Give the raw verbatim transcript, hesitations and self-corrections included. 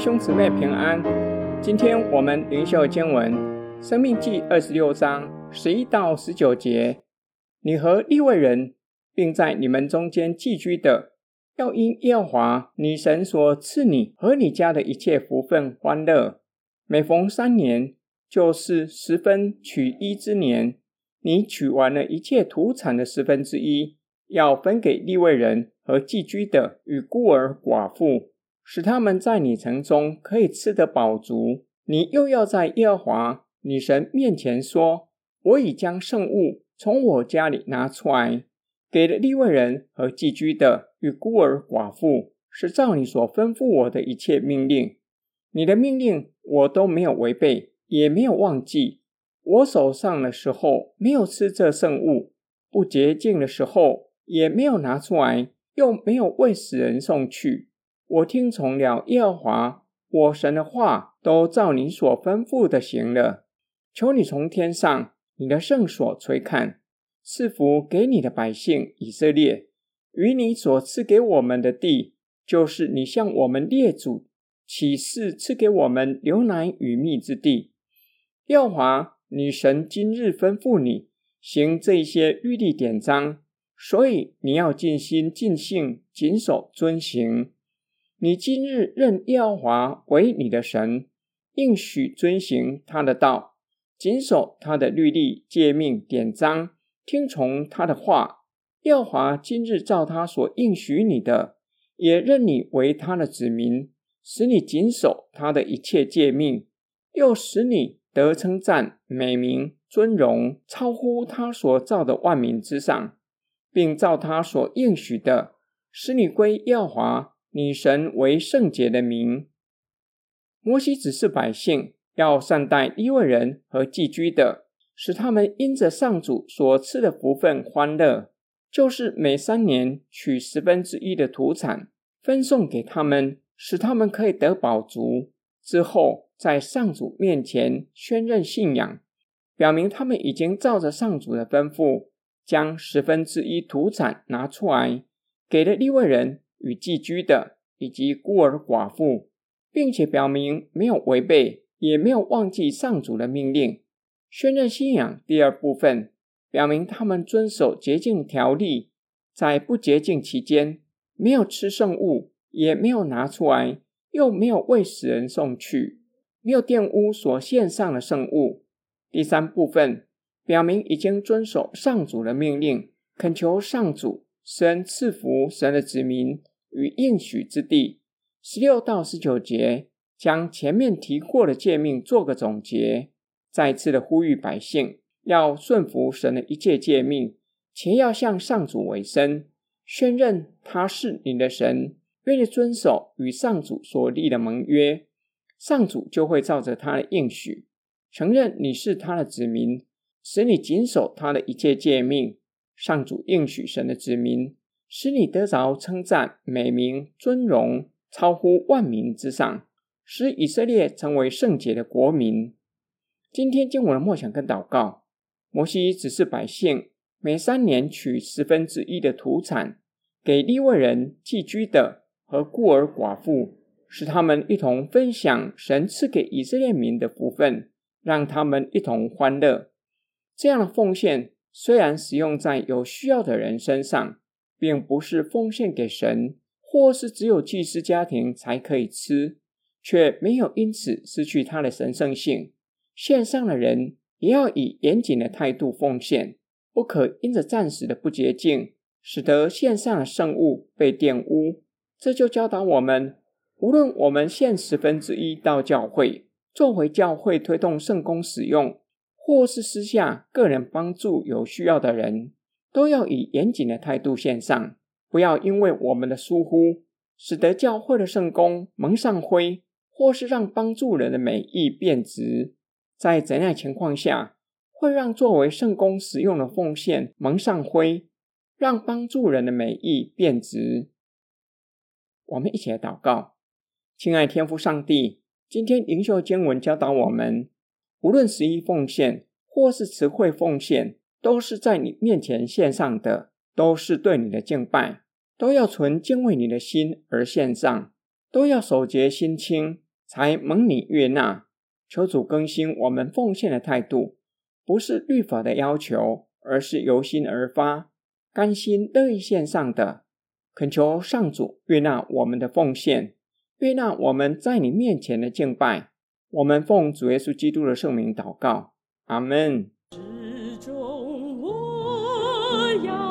兄姊妹平安。今天我们灵修经文申命记二十六章十一到十九节。你和利未人并在你们中间寄居的，要因耶和华你神所赐你和你家的一切福分欢乐。每逢三年，就是十分取一之年，你取完了一切土产的十分之一，要分给利未人和寄居的与孤儿寡妇，使他们在你城中可以吃得饱足。你又要在耶和华你神面前说，我已将圣物从我家里拿出来，给了利未人和寄居的与孤儿寡妇，是照你所吩咐我的一切命令。你的命令我都没有违背，也没有忘记。我手上的时候没有吃这圣物，不洁净的时候也没有拿出来，又没有为死人送去。我听从了耶和华我神的话，都照你所吩咐的行了。求你从天上你的圣所垂看，赐福给你的百姓以色列，与你所赐给我们的地，就是你向我们列祖起誓赐给我们流奶与蜜之地。耶和华你神今日吩咐你行这些律例典章，所以你要尽心尽性谨守遵行。你今日认耶和华为你的神，应许遵行他的道，谨守他的律例诫命典章，听从他的话。耶和华今日照他所应许你的，也认你为他的子民，使你谨守他的一切诫命，又使你得称赞、美名、尊荣，超乎他所造的万民之上，并照他所应许的，使你归耶和华你神为圣洁的名。摩西指示百姓要善待利未人和寄居的，使他们因着上主所赐的福分欢乐，就是每三年取十分之一的土产分送给他们，使他们可以得饱足。之后在上主面前宣认信仰，表明他们已经照着上主的吩咐，将十分之一土产拿出来，给了利未人与寄居的以及孤儿寡妇，并且表明没有违背，也没有忘记上主的命令。宣认信仰第二部分，表明他们遵守洁净条例，在不洁净期间没有吃圣物，也没有拿出来，又没有为死人送去，没有玷污所献上的圣物。第三部分，表明已经遵守上主的命令，恳求上主神赐福神的子民与应许之地。十六到十九节将前面提过的诫命做个总结，再次的呼吁百姓要顺服神的一切诫命，且要向上主委身，宣认他是你的神，愿意遵守与上主所立的盟约。上主就会照着他的应许，承认你是他的子民，使你谨守他的一切诫命。上主应许神的子民，使你得着称赞、美名、尊荣，超乎万民之上，使以色列成为圣洁的国民。今天经文的默想跟祷告，摩西指示百姓每三年取十分之一的土产，给利未人、寄居的和孤儿寡妇，使他们一同分享神赐给以色列民的福分，让他们一同欢乐。这样的奉献虽然使用在有需要的人身上，并不是奉献给神，或是只有祭司家庭才可以吃，却没有因此失去它的神圣性。献上的人也要以严谨的态度奉献，不可因着暂时的不洁净，使得献上的圣物被玷污。这就教导我们，无论我们献十分之一到教会，做回教会推动圣工使用，或是私下个人帮助有需要的人，都要以严谨的态度献上，不要因为我们的疏忽，使得教会的圣工蒙上灰，或是让帮助人的美意变质。在怎样的情况下会让作为圣工使用的奉献蒙上灰，让帮助人的美意变质？我们一起来祷告。亲爱天父上帝，今天灵修经文教导我们，无论十一奉献或是慈惠奉献，都是在你面前献上的，都是对你的敬拜，都要存敬畏你的心而献上，都要守节心清， 才蒙你悦纳。求主更新我们奉献的态度，不是律法的要求，而是由心而发，甘心乐意献上的。恳求上主悦纳我们的奉献，悦纳我们在你面前的敬拜。我们奉主耶稣基督的圣名祷告，阿们。